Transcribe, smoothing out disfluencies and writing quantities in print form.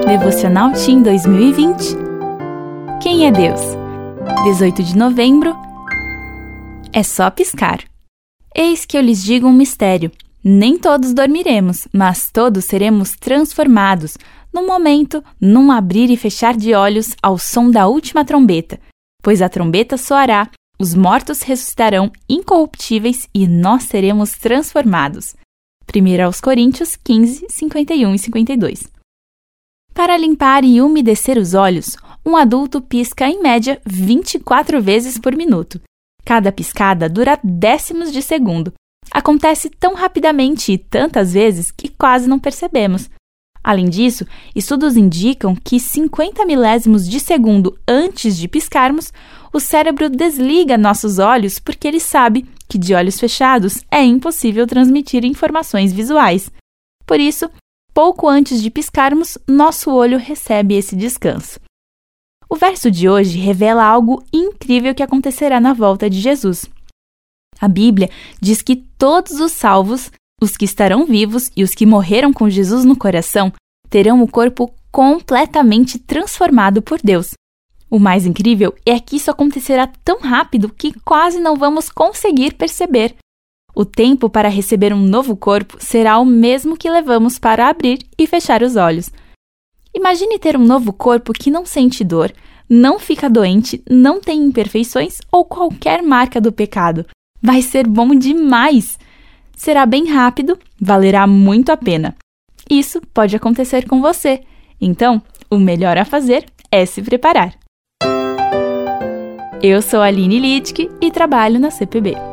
Devocional Team 2020. Quem é Deus? 18 de novembro. É só piscar. Eis que eu lhes digo um mistério. Nem todos dormiremos, mas todos seremos transformados, num momento, num abrir e fechar de olhos, ao som da última trombeta. Pois a trombeta soará, os mortos ressuscitarão incorruptíveis e nós seremos transformados. 1 Coríntios 15, 51 e 52. Para limpar e umedecer os olhos, um adulto pisca em média 24 vezes por minuto. Cada piscada dura décimos de segundo. Acontece tão rapidamente e tantas vezes que quase não percebemos. Além disso, estudos indicam que 50 milésimos de segundo antes de piscarmos, o cérebro desliga nossos olhos porque ele sabe que de olhos fechados é impossível transmitir informações visuais. Por isso, pouco antes de piscarmos, nosso olho recebe esse descanso. O verso de hoje revela algo incrível que acontecerá na volta de Jesus. A Bíblia diz que todos os salvos, os que estarão vivos e os que morreram com Jesus no coração, terão o corpo completamente transformado por Deus. O mais incrível é que isso acontecerá tão rápido que quase não vamos conseguir perceber. O tempo para receber um novo corpo será o mesmo que levamos para abrir e fechar os olhos. Imagine ter um novo corpo que não sente dor, não fica doente, não tem imperfeições ou qualquer marca do pecado. Vai ser bom demais! Será bem rápido, valerá muito a pena. Isso pode acontecer com você. Então, o melhor a fazer é se preparar. Eu sou a Aline Littke e trabalho na CPB.